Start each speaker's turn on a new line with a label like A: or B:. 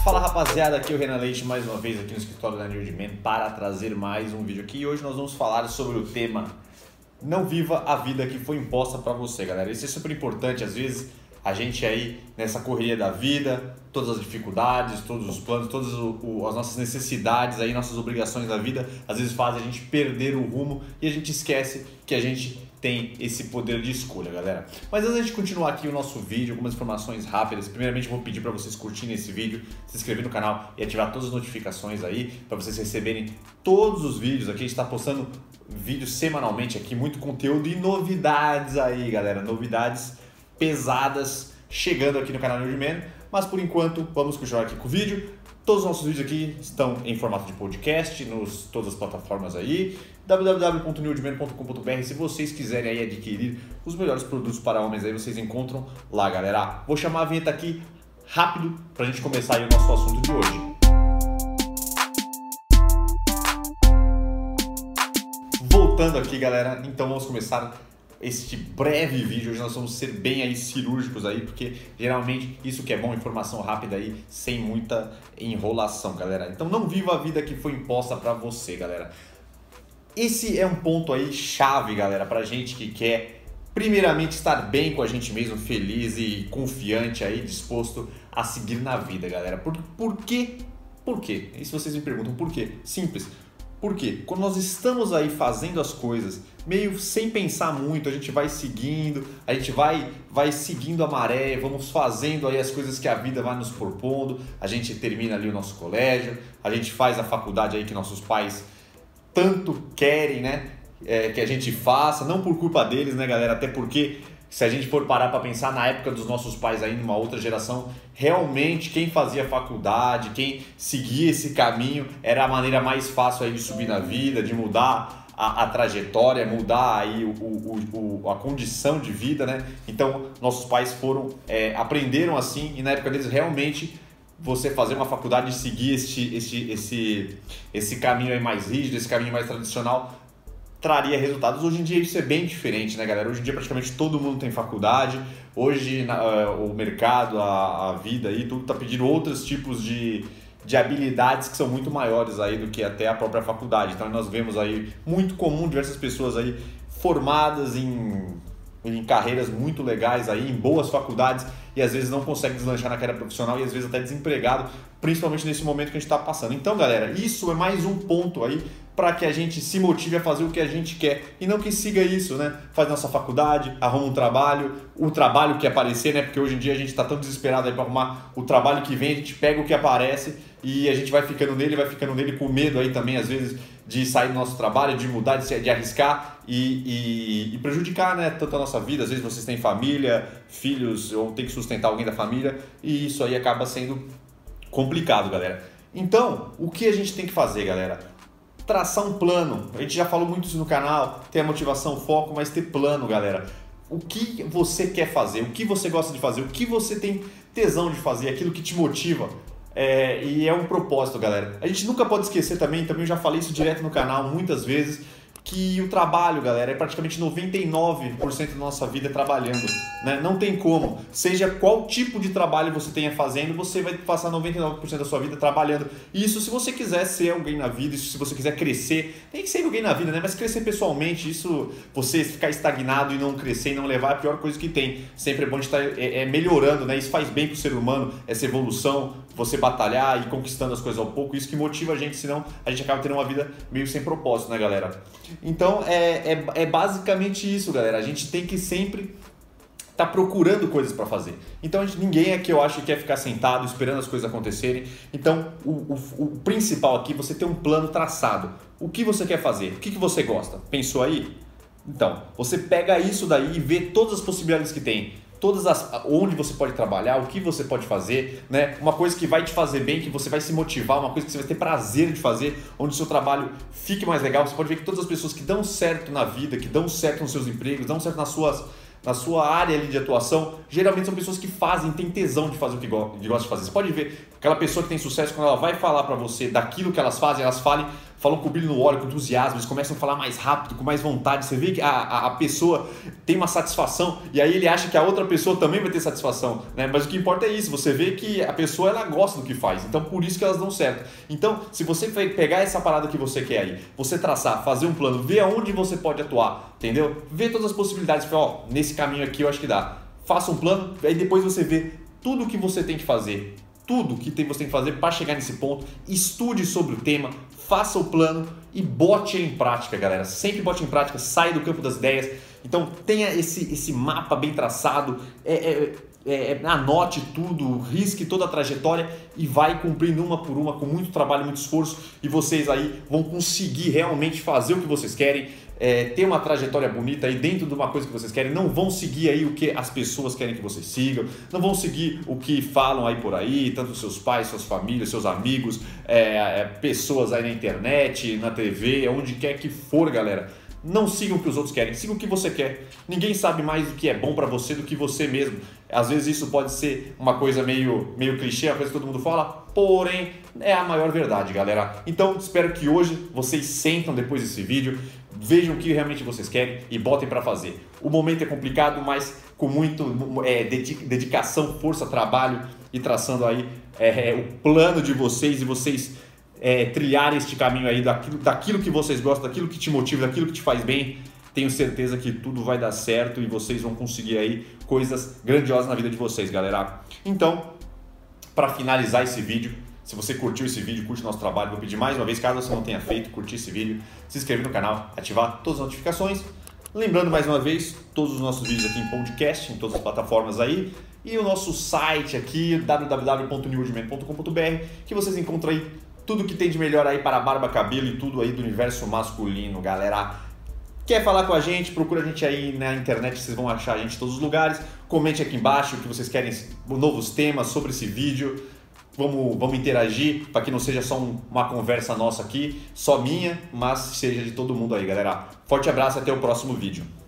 A: Fala rapaziada, aqui é o Renan Leite mais uma vez aqui no escritório da Nerdman para trazer mais um vídeo aqui. E hoje nós vamos falar sobre o tema não viva a vida que foi imposta para você, galera. Isso é super importante, às vezes a gente aí nessa correria da vida, todas as dificuldades, todos os planos, todas as nossas necessidades aí, nossas obrigações da vida, às vezes fazem a gente perder o rumo e a gente esquece que a gente tem esse poder de escolha, galera. Mas antes de continuar aqui o nosso vídeo, algumas informações rápidas. Primeiramente, eu vou pedir para vocês curtirem esse vídeo, se inscrever no canal e ativar todas as notificações aí, para vocês receberem todos os vídeos aqui. A gente está postando vídeos semanalmente aqui, muito conteúdo e novidades aí, galera. Novidades pesadas chegando aqui no canal Nerdman. Mas por enquanto, vamos continuar aqui com o vídeo. Todos os nossos vídeos aqui estão em formato de podcast, todas as plataformas aí, www.newdman.com.br. Se vocês quiserem aí adquirir os melhores produtos para homens aí, vocês encontram lá, galera. Vou chamar a vinheta aqui rápido para a gente começar aí o nosso assunto de hoje. Voltando aqui, galera, então vamos começar este breve vídeo. Hoje nós vamos ser bem aí cirúrgicos aí, porque geralmente isso que é bom, informação rápida aí, sem muita enrolação, galera. Então não viva a vida que foi imposta pra você, galera. Esse é um ponto aí chave, galera, pra gente que quer primeiramente estar bem com a gente mesmo, feliz e confiante aí, disposto a seguir na vida, galera. Por quê? Por quê? E se vocês me perguntam por quê? Simples. Por quê? Quando nós estamos aí fazendo as coisas meio sem pensar muito, a gente vai seguindo, a gente vai seguindo a maré, vamos fazendo aí as coisas que a vida vai nos propondo, a gente termina ali o nosso colégio, a gente faz a faculdade aí que nossos pais tanto querem, né? Que a gente faça, não por culpa deles, né, galera? Até porque se a gente for parar para pensar na época dos nossos pais aí, numa outra geração, realmente quem fazia faculdade, quem seguia esse caminho, era a maneira mais fácil aí de subir na vida, de mudar a trajetória, mudar aí a condição de vida, né? Então, nossos pais aprenderam assim, e na época deles realmente você fazer uma faculdade e seguir esse caminho aí mais rígido, esse caminho mais tradicional, traria resultados. Hoje em dia isso é bem diferente, né, galera? Hoje em dia praticamente todo mundo tem faculdade. Hoje o mercado, a vida aí, tudo tá pedindo outros tipos de habilidades que são muito maiores aí do que até a própria faculdade. Então nós vemos aí muito comum diversas pessoas aí formadas em carreiras muito legais aí, em boas faculdades, e às vezes não consegue deslanchar na carreira profissional e às vezes até desempregado, principalmente nesse momento que a gente está passando. Então, galera, isso é mais um ponto aí para que a gente se motive a fazer o que a gente quer e não que siga isso, né? Faz nossa faculdade, arruma um trabalho, o trabalho que aparecer, né? Porque hoje em dia a gente está tão desesperado aí para arrumar o trabalho que vem, a gente pega o que aparece e a gente vai ficando nele com medo aí também, às vezes, de sair do nosso trabalho, de mudar, de arriscar e prejudicar, né, tanto a nossa vida. Às vezes vocês têm família, filhos, ou tem que sustentar alguém da família e isso aí acaba sendo complicado, galera. Então, o que a gente tem que fazer, galera? Traçar um plano. A gente já falou muito isso no canal, ter a motivação, o foco, mas ter plano, galera. O que você quer fazer, o que você gosta de fazer, o que você tem tesão de fazer, aquilo que te motiva. E é um propósito, galera. A gente nunca pode esquecer também eu já falei isso direto no canal muitas vezes, que o trabalho, galera, é praticamente 99% da nossa vida trabalhando, né? Não tem como, seja qual tipo de trabalho você tenha fazendo, você vai passar 99% da sua vida trabalhando. E isso se você quiser ser alguém na vida, isso se você quiser crescer, tem que ser alguém na vida, né? Mas crescer pessoalmente, isso, você ficar estagnado e não crescer e não levar é a pior coisa que tem. Sempre é bom de estar melhorando, né? Isso faz bem pro ser humano, essa evolução, você batalhar e conquistando as coisas ao pouco, isso que motiva a gente, senão a gente acaba tendo uma vida meio sem propósito, né, galera? Então é basicamente isso, galera. A gente tem que sempre estar procurando coisas para fazer. Então ninguém aqui, eu acho, quer ficar sentado esperando as coisas acontecerem. Então o principal aqui é você ter um plano traçado. O que você quer fazer? O que você gosta? Pensou aí? Então, você pega isso daí e vê todas as possibilidades que tem. Onde você pode trabalhar, o que você pode fazer, né? Uma coisa que vai te fazer bem, que você vai se motivar, uma coisa que você vai ter prazer de fazer, onde o seu trabalho fique mais legal. Você pode ver que todas as pessoas que dão certo na vida, que dão certo nos seus empregos, dão certo na sua área ali de atuação, geralmente são pessoas que têm tesão de fazer o que gostam de fazer. Você pode ver aquela pessoa que tem sucesso, quando ela vai falar para você daquilo que elas fazem, elas falam com o brilho no olho, com entusiasmo, eles começam a falar mais rápido, com mais vontade. Você vê que a pessoa tem uma satisfação e aí ele acha que a outra pessoa também vai ter satisfação, né? Mas o que importa é isso, você vê que a pessoa ela gosta do que faz, então por isso que elas dão certo. Então, se você pegar essa parada que você quer aí, você traçar, fazer um plano, ver aonde você pode atuar, entendeu? Ver todas as possibilidades, ó, nesse caminho aqui eu acho que dá. Faça um plano, aí depois você vê tudo o que você tem que fazer, tudo que você tem que fazer para chegar nesse ponto, estude sobre o tema, faça o plano e bote ele em prática, galera. Sempre bote em prática, saia do campo das ideias. Então tenha esse mapa bem traçado, anote tudo, risque toda a trajetória e vai cumprindo uma por uma com muito trabalho, muito esforço e vocês aí vão conseguir realmente fazer o que vocês querem, ter uma trajetória bonita aí dentro de uma coisa que vocês querem. Não vão seguir aí o que as pessoas querem que vocês sigam, não vão seguir o que falam aí por aí, tanto seus pais, suas famílias, seus amigos, pessoas aí na internet, na TV, onde quer que for, galera. Não sigam o que os outros querem, sigam o que você quer. Ninguém sabe mais o que é bom para você do que você mesmo. Às vezes isso pode ser uma coisa meio clichê, uma coisa que todo mundo fala, porém é a maior verdade, galera. Então espero que hoje vocês sentam depois desse vídeo, vejam o que realmente vocês querem e botem para fazer. O momento é complicado, mas com muito dedicação, força, trabalho e traçando aí o plano de vocês e vocês trilharem este caminho aí daquilo que vocês gostam, daquilo que te motiva, daquilo que te faz bem. Tenho certeza que tudo vai dar certo e vocês vão conseguir aí coisas grandiosas na vida de vocês, galera. Então, para finalizar esse vídeo, se você curtiu esse vídeo, curte o nosso trabalho, vou pedir mais uma vez, caso você não tenha feito, curtir esse vídeo, se inscrever no canal, ativar todas as notificações. Lembrando mais uma vez, todos os nossos vídeos aqui em podcast, em todas as plataformas aí, e o nosso site aqui, www.newordman.com.br, que vocês encontram aí tudo que tem de melhor aí para barba, cabelo e tudo aí do universo masculino, galera. Quer falar com a gente? Procura a gente aí na internet, vocês vão achar a gente em todos os lugares. Comente aqui embaixo o que vocês querem, novos temas sobre esse vídeo. Vamos interagir para que não seja só uma conversa nossa aqui, só minha, mas seja de todo mundo aí, galera. Forte abraço e até o próximo vídeo.